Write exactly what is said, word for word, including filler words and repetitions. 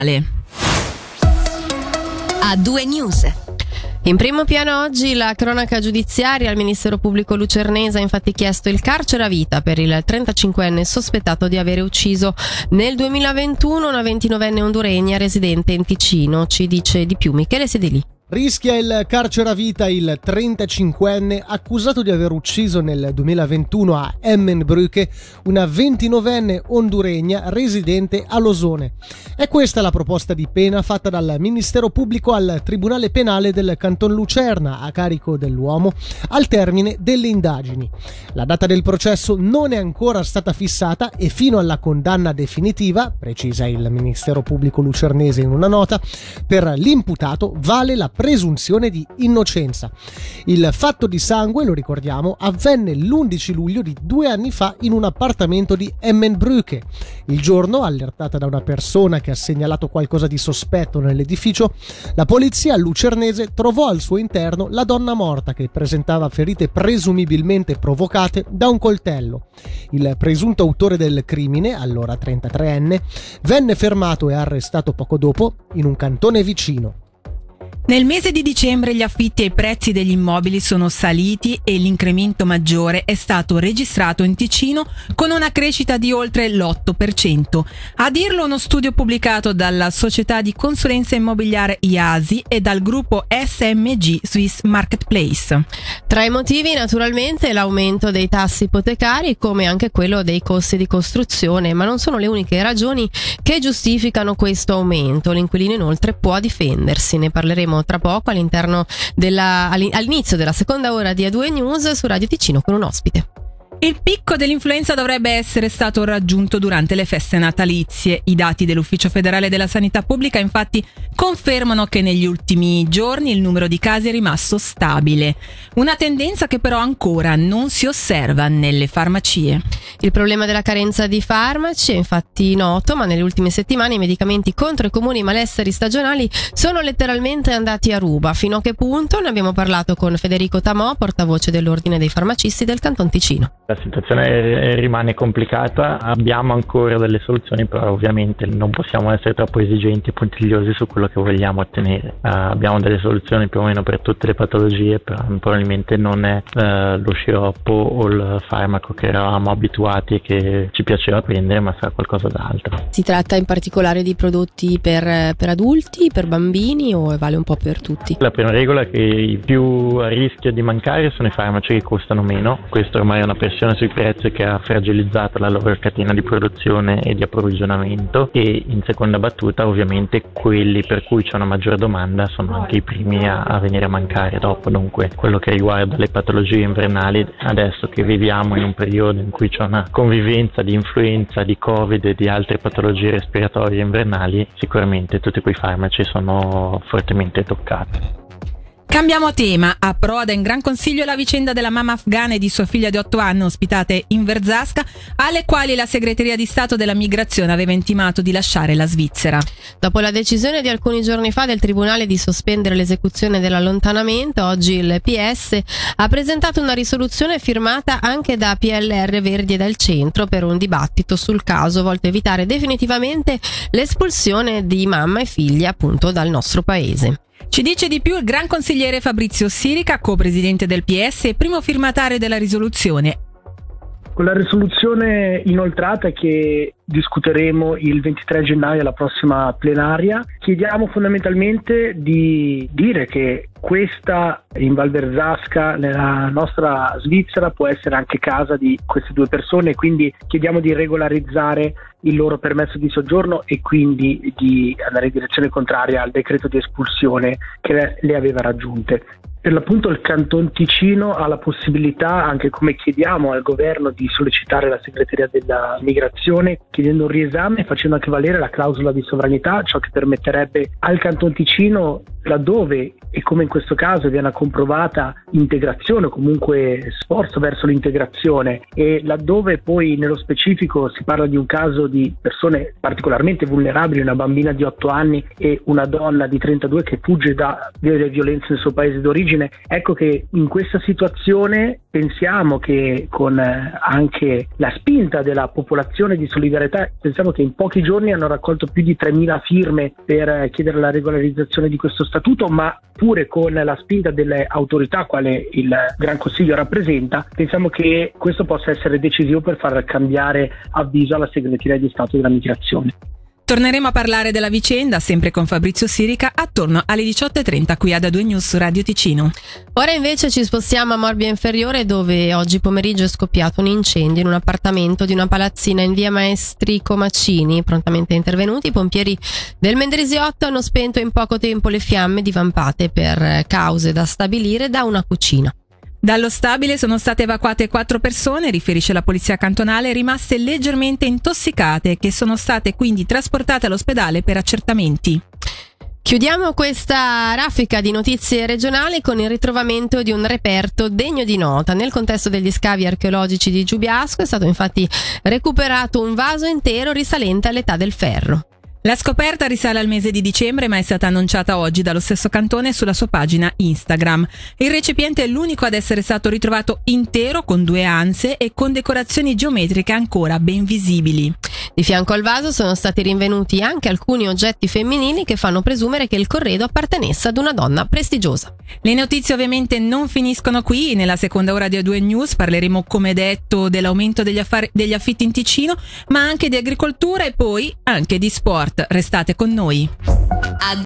A due News. In primo piano oggi la cronaca giudiziaria. Al Ministero Pubblico lucernese ha infatti chiesto il carcere a vita per il trentacinquenne sospettato di avere ucciso nel duemilaventuno una ventinovenne honduregna residente in Ticino. Ci dice di più Michele Sedeli. Rischia il carcere a vita il trentacinquenne accusato di aver ucciso nel duemilaventuno a Emmenbrücke una ventinovenne honduregna residente a Losone. È questa la proposta di pena fatta dal Ministero Pubblico al Tribunale Penale del Canton Lucerna a carico dell'uomo al termine delle indagini. La data del processo non è ancora stata fissata e fino alla condanna definitiva, precisa il Ministero Pubblico lucernese in una nota, per l'imputato vale la presunzione di innocenza. Il fatto di sangue, lo ricordiamo, avvenne l'undici luglio di due anni fa in un appartamento di Emmenbrücke. Il giorno, allertata da una persona che ha segnalato qualcosa di sospetto nell'edificio, la polizia lucernese trovò al suo interno la donna morta che presentava ferite presumibilmente provocate da un coltello. Il presunto autore del crimine, allora trentatreenne, venne fermato e arrestato poco dopo in un cantone vicino. Nel mese di dicembre gli affitti e i prezzi degli immobili sono saliti e l'incremento maggiore è stato registrato in Ticino con una crescita di oltre l'otto per cento. A dirlo uno studio pubblicato dalla società di consulenza immobiliare I A S I e dal gruppo S M G Swiss Marketplace. Tra i motivi naturalmente l'aumento dei tassi ipotecari come anche quello dei costi di costruzione, ma non sono le uniche ragioni che giustificano questo aumento. L'inquilino inoltre può difendersi, ne parleremo tra poco all'interno della, all'inizio della seconda ora di A due News su Radio Ticino con un ospite. Il picco dell'influenza dovrebbe essere stato raggiunto durante le feste natalizie. I dati dell'Ufficio Federale della Sanità Pubblica infatti confermano che negli ultimi giorni il numero di casi è rimasto stabile. Una tendenza che però ancora non si osserva nelle farmacie. Il problema della carenza di farmaci è infatti noto, ma nelle ultime settimane i medicamenti contro i comuni malesseri stagionali sono letteralmente andati a ruba. Fino a che punto? Ne abbiamo parlato con Federico Tamò, portavoce dell'Ordine dei Farmacisti del Canton Ticino. La situazione rimane complicata, abbiamo ancora delle soluzioni, però ovviamente non possiamo essere troppo esigenti e puntigliosi su quello che vogliamo ottenere. Uh, abbiamo delle soluzioni più o meno per tutte le patologie, però probabilmente non è uh, lo sciroppo o il farmaco che eravamo abituati e che ci piaceva prendere, ma sarà qualcosa d'altro. Si tratta in particolare di prodotti per, per adulti, per bambini o vale un po' per tutti? La prima regola è che i più a rischio di mancare sono i farmaci che costano meno. Questo ormai è una pressione sui prezzi che ha fragilizzato la loro catena di produzione e di approvvigionamento, e in seconda battuta ovviamente quelli per cui c'è una maggiore domanda sono anche i primi a, a venire a mancare dopo. Dunque quello che riguarda le patologie invernali, adesso che viviamo in un periodo in cui c'è una convivenza di influenza, di covid e di altre patologie respiratorie invernali, sicuramente tutti quei farmaci sono fortemente toccati. Cambiamo tema. Approda in Gran Consiglio la vicenda della mamma afghana e di sua figlia di otto anni ospitate in Verzasca, alle quali la Segreteria di Stato della Migrazione aveva intimato di lasciare la Svizzera. Dopo la decisione di alcuni giorni fa del Tribunale di sospendere l'esecuzione dell'allontanamento, oggi il P S ha presentato una risoluzione firmata anche da P L R Verdi e dal Centro per un dibattito sul caso volto a evitare definitivamente l'espulsione di mamma e figlia appunto dal nostro paese. Ci dice di più il gran consigliere Fabrizio Sirica, co-presidente del P S e primo firmatario della risoluzione. Con la risoluzione inoltrata che discuteremo il ventitré gennaio alla prossima plenaria, chiediamo fondamentalmente di dire che questa in Val Verzasca, nella nostra Svizzera, può essere anche casa di queste due persone, quindi chiediamo di regolarizzare il loro permesso di soggiorno e quindi di andare in direzione contraria al decreto di espulsione che le aveva raggiunte. Per l'appunto il Canton Ticino ha la possibilità, anche come chiediamo al governo, di sollecitare la segreteria della migrazione chiedendo un riesame e facendo anche valere la clausola di sovranità, ciò che permetterebbe al Canton Ticino laddove, e come in questo caso, viene una comprovata integrazione o comunque sforzo verso l'integrazione, e laddove poi nello specifico si parla di un caso di persone particolarmente vulnerabili, una bambina di otto anni e una donna di trentadue che fugge da delle violenze nel suo paese d'origine, ecco che in questa situazione pensiamo che con anche la spinta della popolazione di solidarietà, pensiamo che in pochi giorni hanno raccolto più di tremila firme per chiedere la regolarizzazione di questo statuto, ma pure con la spinta delle autorità, quale il Gran Consiglio rappresenta, pensiamo che questo possa essere decisivo per far cambiare avviso alla Segreteria di Stato della Migrazione. Torneremo a parlare della vicenda sempre con Fabrizio Sirica attorno alle diciotto e trenta qui ad A due News su Radio Ticino. Ora invece ci spostiamo a Morbia Inferiore, dove oggi pomeriggio è scoppiato un incendio in un appartamento di una palazzina in via Maestri Comacini. Prontamente intervenuti, i pompieri del Mendrisiotto hanno spento in poco tempo le fiamme divampate per cause da stabilire da una cucina. Dallo stabile sono state evacuate quattro persone, riferisce la polizia cantonale, rimaste leggermente intossicate, che sono state quindi trasportate all'ospedale per accertamenti. Chiudiamo questa raffica di notizie regionali con il ritrovamento di un reperto degno di nota. Nel contesto degli scavi archeologici di Giubiasco è stato infatti recuperato un vaso intero risalente all'età del ferro. La scoperta risale al mese di dicembre, ma è stata annunciata oggi dallo stesso cantone sulla sua pagina Instagram. Il recipiente è l'unico ad essere stato ritrovato intero, con due anse e con decorazioni geometriche ancora ben visibili. Di fianco al vaso sono stati rinvenuti anche alcuni oggetti femminili che fanno presumere che il corredo appartenesse ad una donna prestigiosa. Le notizie ovviamente non finiscono qui. Nella seconda ora di A due News parleremo, come detto, dell'aumento degli, affari, degli affitti in Ticino, ma anche di agricoltura e poi anche di sport. Restate con noi.